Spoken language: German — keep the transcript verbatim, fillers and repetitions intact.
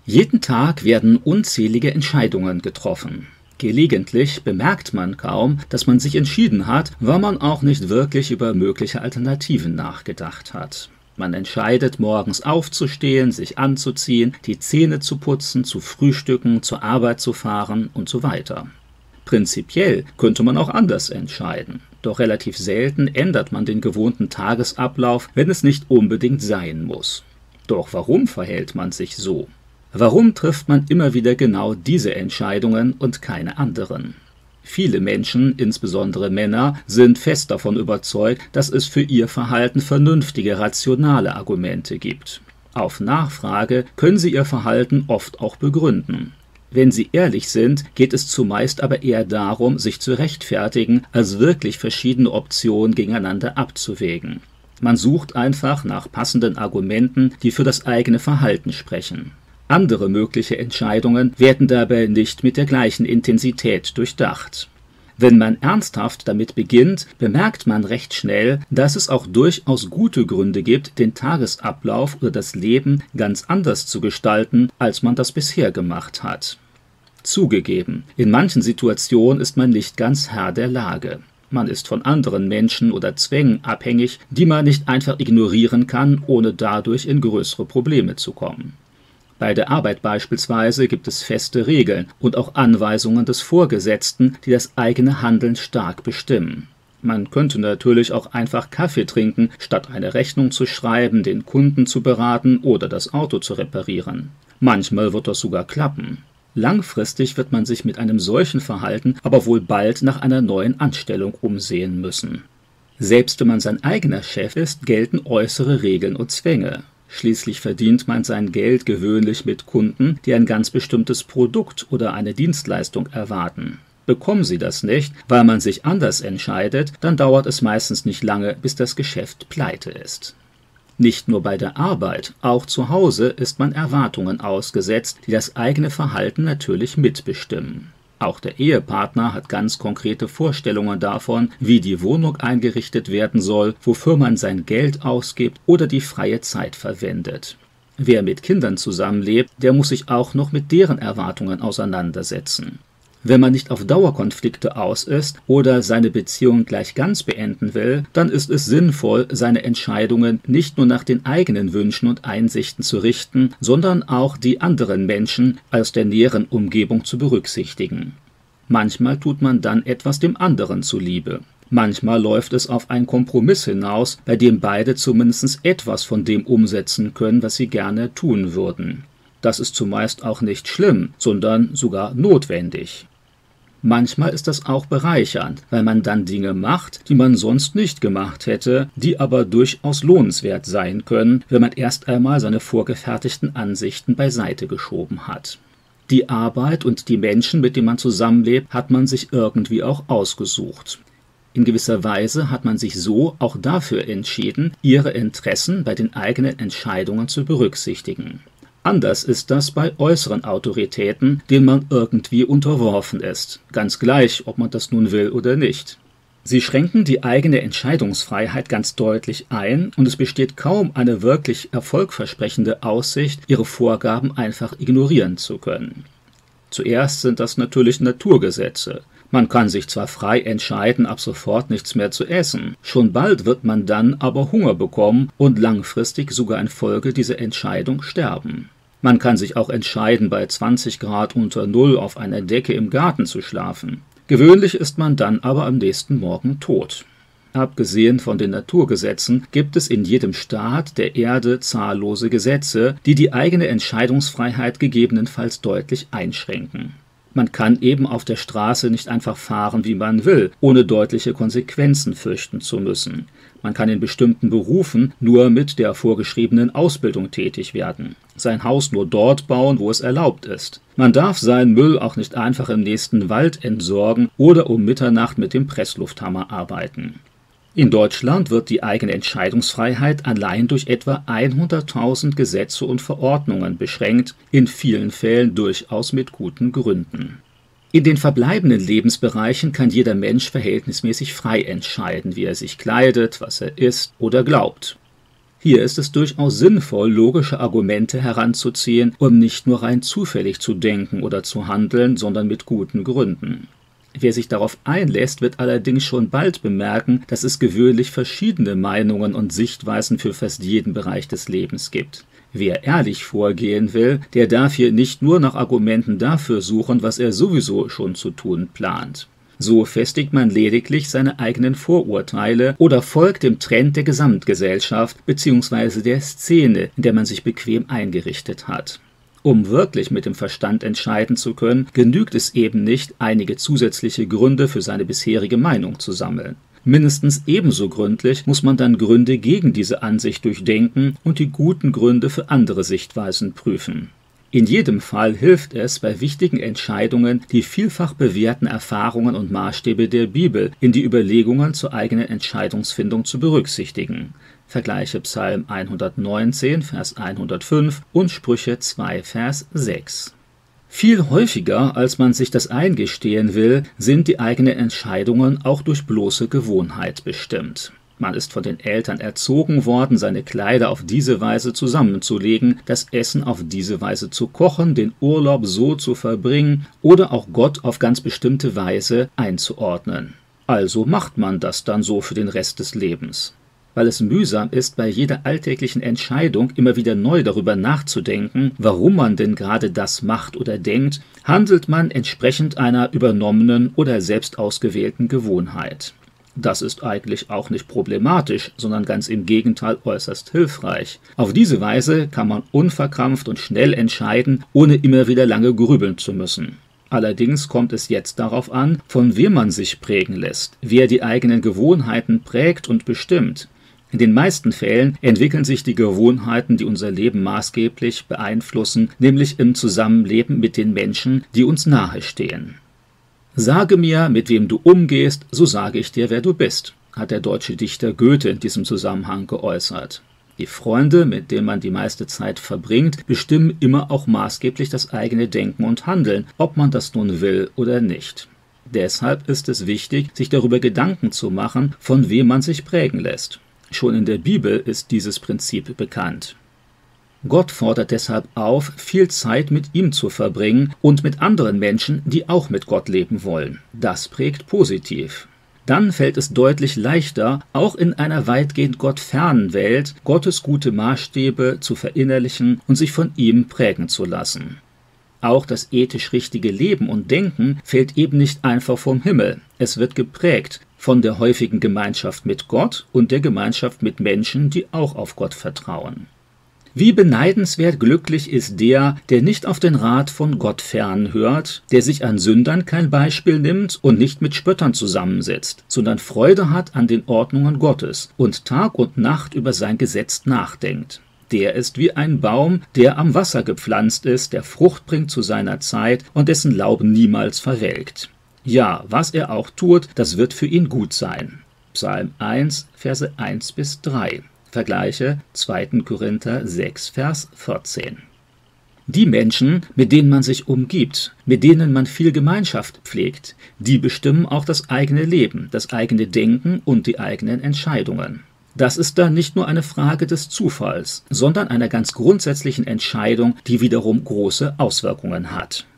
Jeden Tag werden unzählige Entscheidungen getroffen. Gelegentlich bemerkt man kaum, dass man sich entschieden hat, weil man auch nicht wirklich über mögliche Alternativen nachgedacht hat. Man entscheidet, morgens aufzustehen, sich anzuziehen, die Zähne zu putzen, zu frühstücken, zur Arbeit zu fahren und so weiter. Prinzipiell könnte man auch anders entscheiden, doch relativ selten ändert man den gewohnten Tagesablauf, wenn es nicht unbedingt sein muss. Doch warum verhält man sich so? Warum trifft man immer wieder genau diese Entscheidungen und keine anderen? Viele Menschen, insbesondere Männer, sind fest davon überzeugt, dass es für ihr Verhalten vernünftige, rationale Argumente gibt. Auf Nachfrage können sie ihr Verhalten oft auch begründen. Wenn sie ehrlich sind, geht es zumeist aber eher darum, sich zu rechtfertigen, als wirklich verschiedene Optionen gegeneinander abzuwägen. Man sucht einfach nach passenden Argumenten, die für das eigene Verhalten sprechen. Andere mögliche Entscheidungen werden dabei nicht mit der gleichen Intensität durchdacht. Wenn man ernsthaft damit beginnt, bemerkt man recht schnell, dass es auch durchaus gute Gründe gibt, den Tagesablauf oder das Leben ganz anders zu gestalten, als man das bisher gemacht hat. Zugegeben, in manchen Situationen ist man nicht ganz Herr der Lage. Man ist von anderen Menschen oder Zwängen abhängig, die man nicht einfach ignorieren kann, ohne dadurch in größere Probleme zu kommen. Bei der Arbeit beispielsweise gibt es feste Regeln und auch Anweisungen des Vorgesetzten, die das eigene Handeln stark bestimmen. Man könnte natürlich auch einfach Kaffee trinken, statt eine Rechnung zu schreiben, den Kunden zu beraten oder das Auto zu reparieren. Manchmal wird das sogar klappen. Langfristig wird man sich mit einem solchen Verhalten aber wohl bald nach einer neuen Anstellung umsehen müssen. Selbst wenn man sein eigener Chef ist, gelten äußere Regeln und Zwänge. Schließlich verdient man sein Geld gewöhnlich mit Kunden, die ein ganz bestimmtes Produkt oder eine Dienstleistung erwarten. Bekommen sie das nicht, weil man sich anders entscheidet, dann dauert es meistens nicht lange, bis das Geschäft pleite ist. Nicht nur bei der Arbeit, auch zu Hause ist man Erwartungen ausgesetzt, die das eigene Verhalten natürlich mitbestimmen. Auch der Ehepartner hat ganz konkrete Vorstellungen davon, wie die Wohnung eingerichtet werden soll, wofür man sein Geld ausgibt oder die freie Zeit verwendet. Wer mit Kindern zusammenlebt, der muss sich auch noch mit deren Erwartungen auseinandersetzen. Wenn man nicht auf Dauerkonflikte aus ist oder seine Beziehung gleich ganz beenden will, dann ist es sinnvoll, seine Entscheidungen nicht nur nach den eigenen Wünschen und Einsichten zu richten, sondern auch die anderen Menschen aus der näheren Umgebung zu berücksichtigen. Manchmal tut man dann etwas dem anderen zuliebe. Manchmal läuft es auf einen Kompromiss hinaus, bei dem beide zumindest etwas von dem umsetzen können, was sie gerne tun würden. Das ist zumeist auch nicht schlimm, sondern sogar notwendig. Manchmal ist das auch bereichernd, weil man dann Dinge macht, die man sonst nicht gemacht hätte, die aber durchaus lohnenswert sein können, wenn man erst einmal seine vorgefertigten Ansichten beiseite geschoben hat. Die Arbeit und die Menschen, mit denen man zusammenlebt, hat man sich irgendwie auch ausgesucht. In gewisser Weise hat man sich so auch dafür entschieden, ihre Interessen bei den eigenen Entscheidungen zu berücksichtigen. Anders ist das bei äußeren Autoritäten, denen man irgendwie unterworfen ist, ganz gleich, ob man das nun will oder nicht. Sie schränken die eigene Entscheidungsfreiheit ganz deutlich ein und es besteht kaum eine wirklich erfolgversprechende Aussicht, ihre Vorgaben einfach ignorieren zu können. Zuerst sind das natürlich Naturgesetze. Man kann sich zwar frei entscheiden, ab sofort nichts mehr zu essen, schon bald wird man dann aber Hunger bekommen und langfristig sogar infolge dieser Entscheidung sterben. Man kann sich auch entscheiden, bei zwanzig Grad unter Null auf einer Decke im Garten zu schlafen. Gewöhnlich ist man dann aber am nächsten Morgen tot. Abgesehen von den Naturgesetzen gibt es in jedem Staat der Erde zahllose Gesetze, die die eigene Entscheidungsfreiheit gegebenenfalls deutlich einschränken. Man kann eben auf der Straße nicht einfach fahren, wie man will, ohne deutliche Konsequenzen fürchten zu müssen. Man kann in bestimmten Berufen nur mit der vorgeschriebenen Ausbildung tätig werden, sein Haus nur dort bauen, wo es erlaubt ist. Man darf seinen Müll auch nicht einfach im nächsten Wald entsorgen oder um Mitternacht mit dem Presslufthammer arbeiten. In Deutschland wird die eigene Entscheidungsfreiheit allein durch etwa hunderttausend Gesetze und Verordnungen beschränkt, in vielen Fällen durchaus mit guten Gründen. In den verbleibenden Lebensbereichen kann jeder Mensch verhältnismäßig frei entscheiden, wie er sich kleidet, was er isst oder glaubt. Hier ist es durchaus sinnvoll, logische Argumente heranzuziehen, um nicht nur rein zufällig zu denken oder zu handeln, sondern mit guten Gründen. Wer sich darauf einlässt, wird allerdings schon bald bemerken, dass es gewöhnlich verschiedene Meinungen und Sichtweisen für fast jeden Bereich des Lebens gibt. Wer ehrlich vorgehen will, der darf hier nicht nur nach Argumenten dafür suchen, was er sowieso schon zu tun plant. So festigt man lediglich seine eigenen Vorurteile oder folgt dem Trend der Gesamtgesellschaft bzw. der Szene, in der man sich bequem eingerichtet hat. Um wirklich mit dem Verstand entscheiden zu können, genügt es eben nicht, einige zusätzliche Gründe für seine bisherige Meinung zu sammeln. Mindestens ebenso gründlich muss man dann Gründe gegen diese Ansicht durchdenken und die guten Gründe für andere Sichtweisen prüfen. In jedem Fall hilft es, bei wichtigen Entscheidungen die vielfach bewährten Erfahrungen und Maßstäbe der Bibel in die Überlegungen zur eigenen Entscheidungsfindung zu berücksichtigen. Vergleiche Psalm hundertneunzehn, Vers hundertfünf und Sprüche zwei, Vers sechs. Viel häufiger, als man sich das eingestehen will, sind die eigenen Entscheidungen auch durch bloße Gewohnheit bestimmt. Man ist von den Eltern erzogen worden, seine Kleider auf diese Weise zusammenzulegen, das Essen auf diese Weise zu kochen, den Urlaub so zu verbringen oder auch Gott auf ganz bestimmte Weise einzuordnen. Also macht man das dann so für den Rest des Lebens. Weil es mühsam ist, bei jeder alltäglichen Entscheidung immer wieder neu darüber nachzudenken, warum man denn gerade das macht oder denkt, handelt man entsprechend einer übernommenen oder selbst ausgewählten Gewohnheit. Das ist eigentlich auch nicht problematisch, sondern ganz im Gegenteil äußerst hilfreich. Auf diese Weise kann man unverkrampft und schnell entscheiden, ohne immer wieder lange grübeln zu müssen. Allerdings kommt es jetzt darauf an, von wem man sich prägen lässt, wer die eigenen Gewohnheiten prägt und bestimmt. In den meisten Fällen entwickeln sich die Gewohnheiten, die unser Leben maßgeblich beeinflussen, nämlich im Zusammenleben mit den Menschen, die uns nahestehen. »Sage mir, mit wem du umgehst, so sage ich dir, wer du bist«, hat der deutsche Dichter Goethe in diesem Zusammenhang geäußert. Die Freunde, mit denen man die meiste Zeit verbringt, bestimmen immer auch maßgeblich das eigene Denken und Handeln, ob man das nun will oder nicht. Deshalb ist es wichtig, sich darüber Gedanken zu machen, von wem man sich prägen lässt. Schon in der Bibel ist dieses Prinzip bekannt. Gott fordert deshalb auf, viel Zeit mit ihm zu verbringen und mit anderen Menschen, die auch mit Gott leben wollen. Das prägt positiv. Dann fällt es deutlich leichter, auch in einer weitgehend gottfernen Welt Gottes gute Maßstäbe zu verinnerlichen und sich von ihm prägen zu lassen. Auch das ethisch richtige Leben und Denken fällt eben nicht einfach vom Himmel. Es wird geprägt von der häufigen Gemeinschaft mit Gott und der Gemeinschaft mit Menschen, die auch auf Gott vertrauen. Wie beneidenswert glücklich ist der, der nicht auf den Rat von Gott fernhört, der sich an Sündern kein Beispiel nimmt und nicht mit Spöttern zusammensitzt, sondern Freude hat an den Ordnungen Gottes und Tag und Nacht über sein Gesetz nachdenkt. Der ist wie ein Baum, der am Wasser gepflanzt ist, der Frucht bringt zu seiner Zeit und dessen Laub niemals verwelkt. Ja, was er auch tut, das wird für ihn gut sein. Psalm eins, Verse eins bis drei. Vergleiche zweiter Korinther sechs, Vers vierzehn. Die Menschen, mit denen man sich umgibt, mit denen man viel Gemeinschaft pflegt, die bestimmen auch das eigene Leben, das eigene Denken und die eigenen Entscheidungen. Das ist dann nicht nur eine Frage des Zufalls, sondern einer ganz grundsätzlichen Entscheidung, die wiederum große Auswirkungen hat.